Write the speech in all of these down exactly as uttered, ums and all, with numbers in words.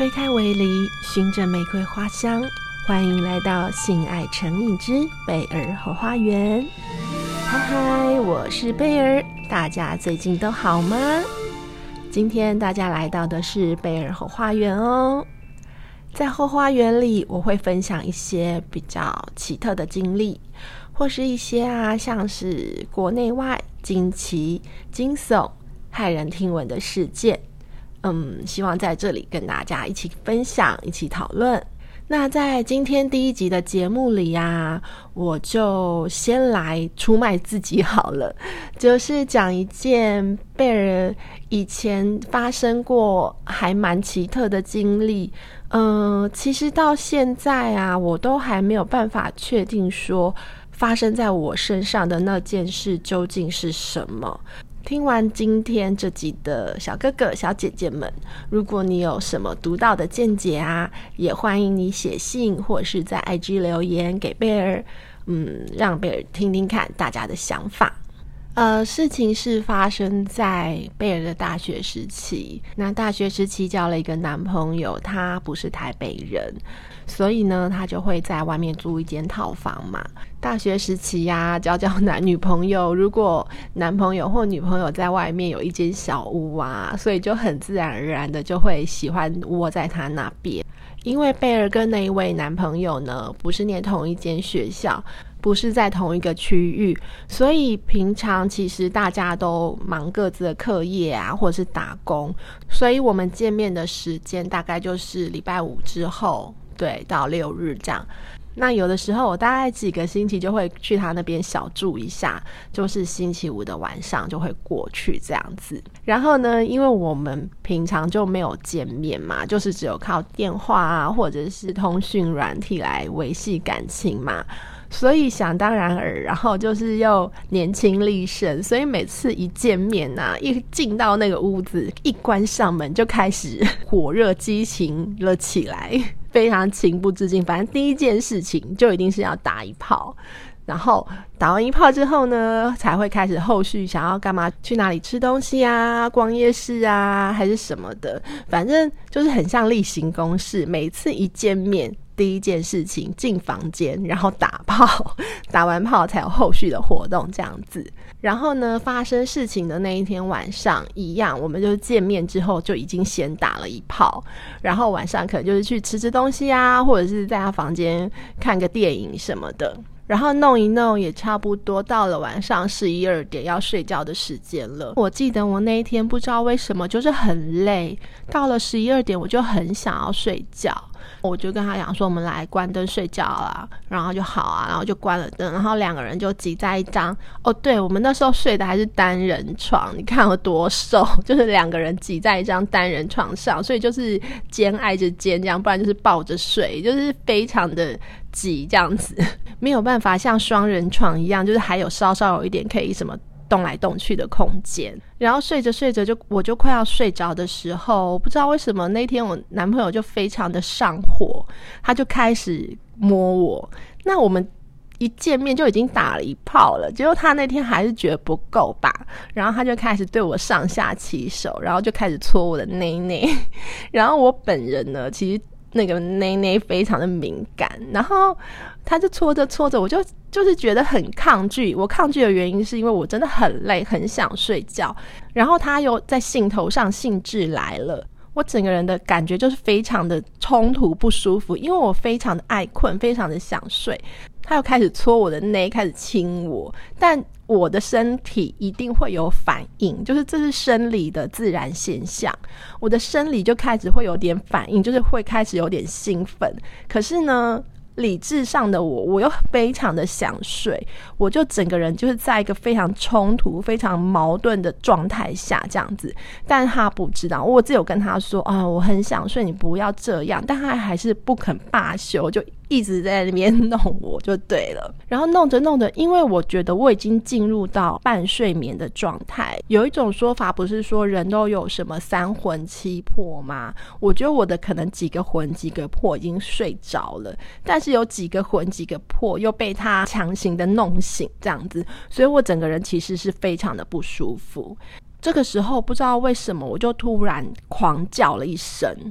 推开围篱，寻着玫瑰花香，欢迎来到性爱成瘾之贝尔后花园。嗨嗨，我是贝尔，大家最近都好吗？今天大家来到的是贝尔后花园哦。在后花园里，我会分享一些比较奇特的经历，或是一些啊像是国内外惊奇、惊悚、骇人听闻的事件。嗯，希望在这里跟大家一起分享，一起讨论。那在今天第一集的节目里啊，我就先来出卖自己好了，就是讲一件贝尔以前发生过还蛮奇特的经历。嗯、呃，其实到现在啊，我都还没有办法确定说发生在我身上的那件事究竟是什么。听完今天这集的小哥哥小姐姐们，如果你有什么独到的见解啊，也欢迎你写信或是在 I G 留言给贝尔，嗯，让贝尔听听看大家的想法。呃，事情是发生在贝尔的大学时期。那大学时期交了一个男朋友，他不是台北人，所以呢，他就会在外面租一间套房嘛。大学时期呀、啊，交交男女朋友，如果男朋友或女朋友在外面有一间小屋啊，所以就很自然而然的就会喜欢窝在他那边。因为贝尔跟那一位男朋友呢，不是念同一间学校，不是在同一个区域，所以平常其实大家都忙各自的课业啊，或者是打工，所以我们见面的时间大概就是礼拜五之后，对，到六日这样。那有的时候我大概几个星期就会去他那边小住一下，就是星期五的晚上就会过去这样子。然后呢，因为我们平常就没有见面嘛，就是只有靠电话啊或者是通讯软体来维系感情嘛，所以想当然尔，然后就是又年轻力盛，所以每次一见面啊，一进到那个屋子，一关上门就开始火热激情了起来，非常情不自禁。反正第一件事情就一定是要打一炮，然后打完一炮之后呢，才会开始后续想要干嘛，去哪里吃东西啊，逛夜市啊，还是什么的，反正就是很像例行公事。每次一见面，第一件事情进房间，然后打炮，打完炮才有后续的活动这样子。然后呢，发生事情的那一天晚上一样，我们就见面之后就已经先打了一炮，然后晚上可能就是去吃吃东西啊，或者是在他房间看个电影什么的，然后弄一弄也差不多到了晚上十一二点要睡觉的时间了。我记得我那一天不知道为什么就是很累，到了十一二点我就很想要睡觉，我就跟他讲说我们来关灯睡觉啦，然后就好啊，然后就关了灯，然后两个人就挤在一张，哦对，我们那时候睡的还是单人床，你看我多瘦，就是两个人挤在一张单人床上，所以就是肩挨着肩这样，不然就是抱着睡，就是非常的挤这样子，没有办法像双人床一样，就是还有稍稍有一点可以什么动来动去的空间。然后睡着睡着就我就快要睡着的时候，不知道为什么那天我男朋友就非常的上火，他就开始摸我。那我们一见面就已经打了一炮了，结果他那天还是觉得不够吧，然后他就开始对我上下其手，然后就开始搓我的内内。然后我本人呢，其实那个内内非常的敏感，然后他就搓着搓着，我就就是觉得很抗拒。我抗拒的原因是因为我真的很累，很想睡觉，然后他又在兴头上，兴致来了，我整个人的感觉就是非常的冲突不舒服，因为我非常的爱困，非常的想睡，他又开始搓我的内，开始亲我，但我的身体一定会有反应，就是这是生理的自然现象，我的生理就开始会有点反应，就是会开始有点兴奋。可是呢，理智上的我我又非常的想睡，我就整个人就是在一个非常冲突非常矛盾的状态下这样子。但他不知道，我只有跟他说啊，我很想睡，你不要这样，但他还是不肯罢休，就一直在那边弄我就对了。然后弄着弄着，因为我觉得我已经进入到半睡眠的状态，有一种说法不是说人都有什么三魂七魄吗？我觉得我的可能几个魂几个魄已经睡着了，但是有几个魂几个魄又被他强行的弄醒这样子，所以我整个人其实是非常的不舒服。这个时候不知道为什么我就突然狂叫了一声，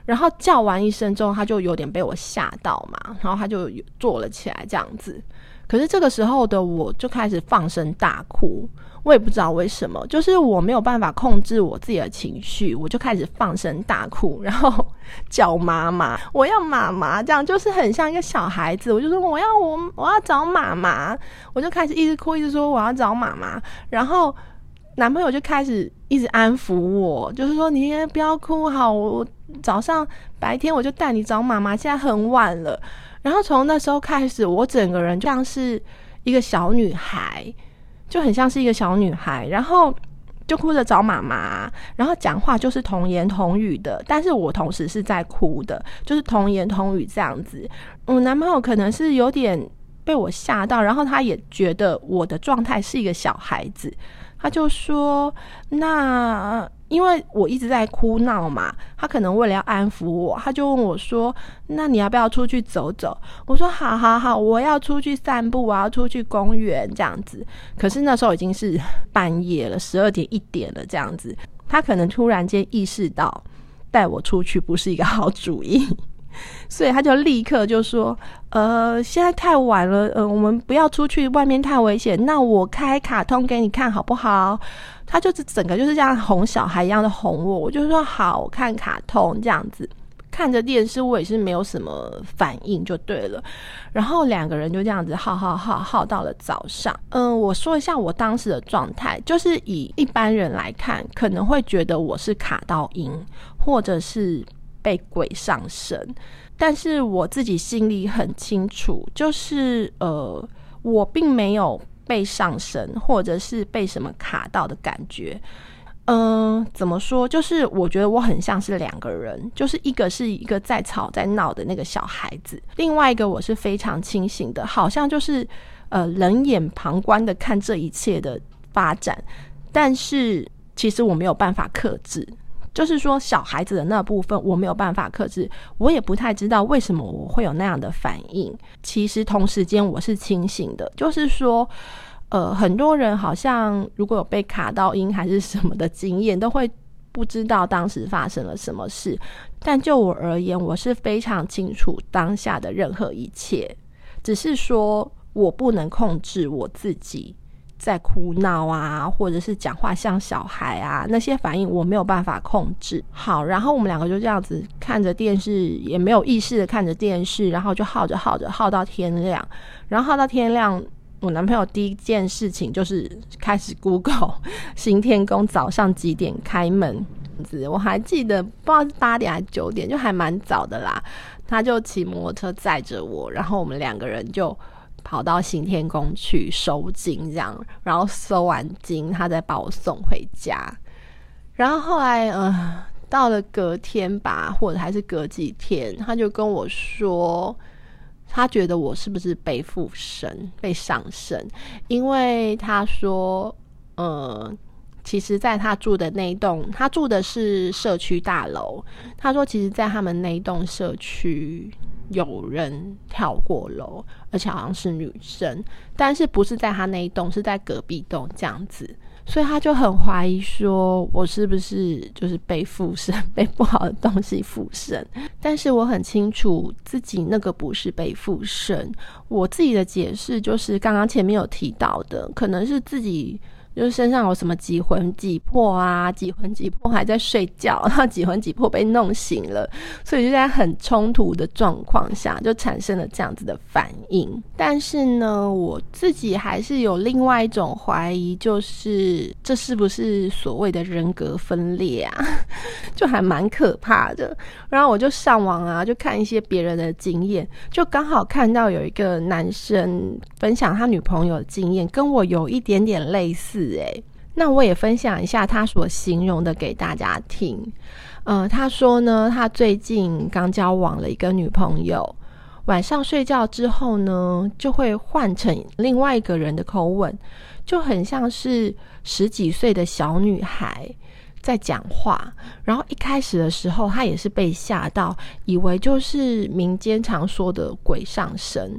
然后叫完一声之后，他就有点被我吓到嘛，然后他就坐了起来这样子。可是这个时候的我就开始放声大哭，我也不知道为什么，就是我没有办法控制我自己的情绪，我就开始放声大哭，然后叫妈妈，我要妈妈，这样就是很像一个小孩子，我就说我要我我要找妈妈，我就开始一直哭，一直说我要找妈妈，然后男朋友就开始一直安抚我，就是说你不要哭好，我早上白天我就带你找妈妈，现在很晚了。然后从那时候开始，我整个人就像是一个小女孩，就很像是一个小女孩，然后就哭着找妈妈，然后讲话就是童言童语的，但是我同时是在哭的，就是童言童语这样子。我男朋友可能是有点被我吓到，然后他也觉得我的状态是一个小孩子，他就说那因为我一直在哭闹嘛，他可能为了要安抚我，他就问我说那你要不要出去走走，我说好好好，我要出去散步，我要出去公园这样子。可是那时候已经是半夜了，十二点一点了这样子，他可能突然间意识到带我出去不是一个好主意，所以他就立刻就说呃，现在太晚了，呃，我们不要出去，外面太危险，那我开卡通给你看好不好？他就整个就是这样哄小孩一样的哄我，我就说好，我看卡通这样子，看着电视我也是没有什么反应就对了。然后两个人就这样子耗耗耗耗到了早上。嗯，我说一下我当时的状态，就是以一般人来看可能会觉得我是卡到阴，或者是被鬼上身，但是我自己心里很清楚，就是呃，我并没有被上身，或者是被什么卡到的感觉。嗯、呃，怎么说？就是我觉得我很像是两个人，就是一个是一个在吵在闹的那个小孩子，另外一个我是非常清醒的，好像就是呃冷眼旁观的看这一切的发展，但是其实我没有办法克制。就是说小孩子的那部分我没有办法克制，我也不太知道为什么我会有那样的反应。其实同时间我是清醒的，就是说呃，很多人好像如果有被卡到阴还是什么的经验，都会不知道当时发生了什么事，但就我而言，我是非常清楚当下的任何一切，只是说我不能控制我自己在哭闹啊，或者是讲话像小孩啊，那些反应我没有办法控制。好，然后我们两个就这样子看着电视，也没有意识的看着电视，然后就耗着耗着耗到天亮。然后耗到天亮，我男朋友第一件事情就是开始 Google 行天宫早上几点开门，我还记得不知道是八点还是九点，就还蛮早的啦。他就骑摩托车载着我，然后我们两个人就跑到行天宫去收金，这样，然后收完金，他再把我送回家。然后后来，呃，到了隔天吧，或者还是隔几天，他就跟我说，他觉得我是不是被附身、被上身，因为他说，呃，其实在他住的那一栋，他住的是社区大楼，他说其实在他们那一栋社区有人跳过楼，而且好像是女生，但是不是在他那一栋，是在隔壁栋这样子，所以他就很怀疑说我是不是就是被附身，被不好的东西附身。但是我很清楚自己那个不是被附身，我自己的解释就是刚刚前面有提到的，可能是自己就是身上有什么几魂几魄啊，几魂几魄还在睡觉，然后几魂几魄被弄醒了，所以就在很冲突的状况下就产生了这样子的反应。但是呢，我自己还是有另外一种怀疑，就是这是不是所谓的人格分裂啊就还蛮可怕的。然后我就上网啊，就看一些别人的经验，就刚好看到有一个男生分享他女朋友的经验，跟我有一点点类似。那我也分享一下他所形容的给大家听。呃，他说呢，他最近刚交往了一个女朋友，晚上睡觉之后呢，就会换成另外一个人的口吻，就很像是十几岁的小女孩在讲话。然后一开始的时候，他也是被吓到，以为就是民间常说的鬼上身。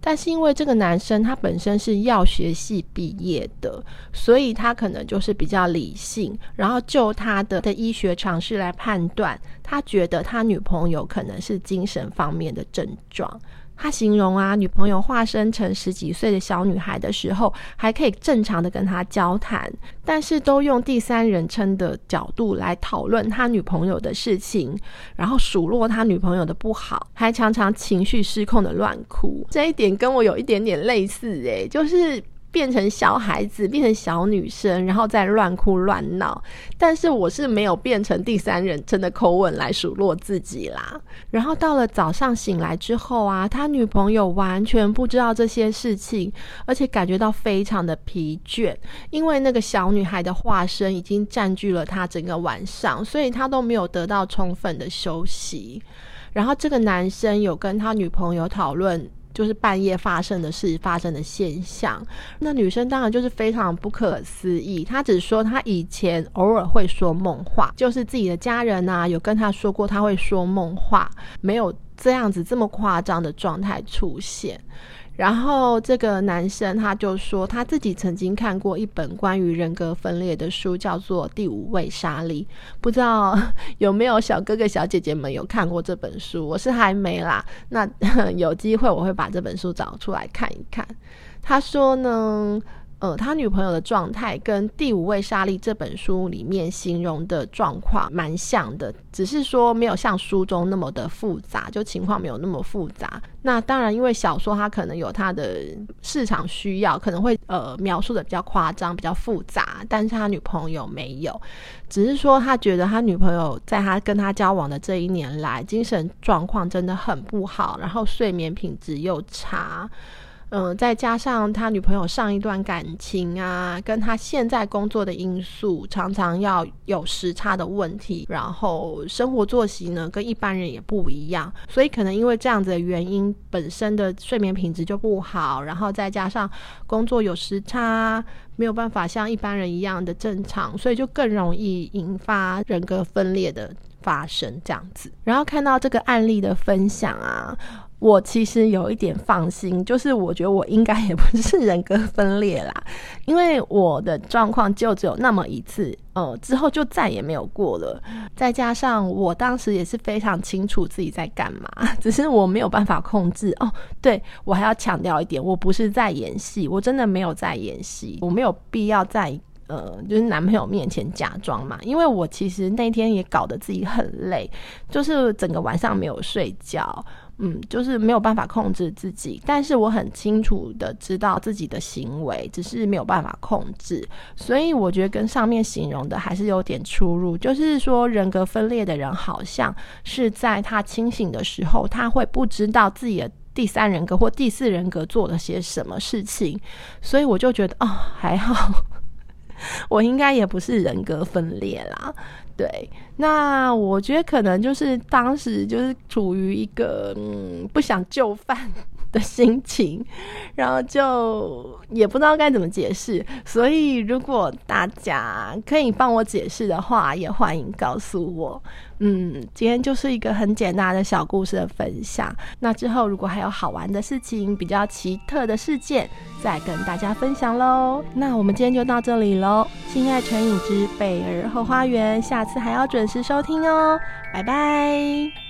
但是因为这个男生他本身是药学系毕业的，所以他可能就是比较理性，然后就他的的医学常识来判断，他觉得他女朋友可能是精神方面的症状。他形容啊，女朋友化身成十几岁的小女孩的时候，还可以正常的跟他交谈，但是都用第三人称的角度来讨论他女朋友的事情，然后数落他女朋友的不好，还常常情绪失控的乱哭。这一点跟我有一点点类似耶，就是变成小孩子，变成小女生，然后再乱哭乱闹。但是我是没有变成第三人称的口吻来数落自己啦。然后到了早上醒来之后啊，他女朋友完全不知道这些事情，而且感觉到非常的疲倦，因为那个小女孩的化身已经占据了他整个晚上，所以他都没有得到充分的休息。然后这个男生有跟他女朋友讨论就是半夜发生的事，发生的现象。那女生当然就是非常不可思议，她只说她以前偶尔会说梦话，就是自己的家人啊有跟她说过她会说梦话，没有这样子这么夸张的状态出现。然后这个男生他就说他自己曾经看过一本关于人格分裂的书，叫做《第五位莎莉》，不知道有没有小哥哥小姐姐们有看过这本书？我是还没啦，那有机会我会把这本书找出来看一看。他说呢呃，他女朋友的状态跟《第五位莎莉》这本书里面形容的状况蛮像的，只是说没有像书中那么的复杂，就情况没有那么复杂。那当然因为小说它可能有它的市场需要，可能会呃描述的比较夸张比较复杂，但是他女朋友没有，只是说他觉得他女朋友在他跟他交往的这一年来精神状况真的很不好，然后睡眠品质又差，嗯、呃，再加上他女朋友上一段感情啊，跟他现在工作的因素，常常要有时差的问题，然后生活作息呢跟一般人也不一样，所以可能因为这样子的原因，本身的睡眠品质就不好，然后再加上工作有时差，没有办法像一般人一样的正常，所以就更容易引发人格分裂的发生这样子。然后看到这个案例的分享啊，我其实有一点放心，就是我觉得我应该也不是人格分裂啦，因为我的状况就只有那么一次，呃，之后就再也没有过了。再加上我当时也是非常清楚自己在干嘛，只是我没有办法控制。哦，对，我还要强调一点，我不是在演戏，我真的没有在演戏，我没有必要在呃，就是男朋友面前假装嘛，因为我其实那天也搞得自己很累，就是整个晚上没有睡觉，嗯，就是没有办法控制自己，但是我很清楚的知道自己的行为，只是没有办法控制，所以我觉得跟上面形容的还是有点出入，就是说人格分裂的人好像是在他清醒的时候，他会不知道自己的第三人格或第四人格做了些什么事情，所以我就觉得哦，还好我应该也不是人格分裂啦。对，那我觉得可能就是当时就是处于一个嗯不想就范的心情，然后就也不知道该怎么解释，所以如果大家可以帮我解释的话，也欢迎告诉我。嗯，今天就是一个很简单的小故事的分享，那之后如果还有好玩的事情，比较奇特的事件，再跟大家分享咯。那我们今天就到这里咯，性爱成瘾之贝儿后花园，下次还要准时收听哦，拜拜。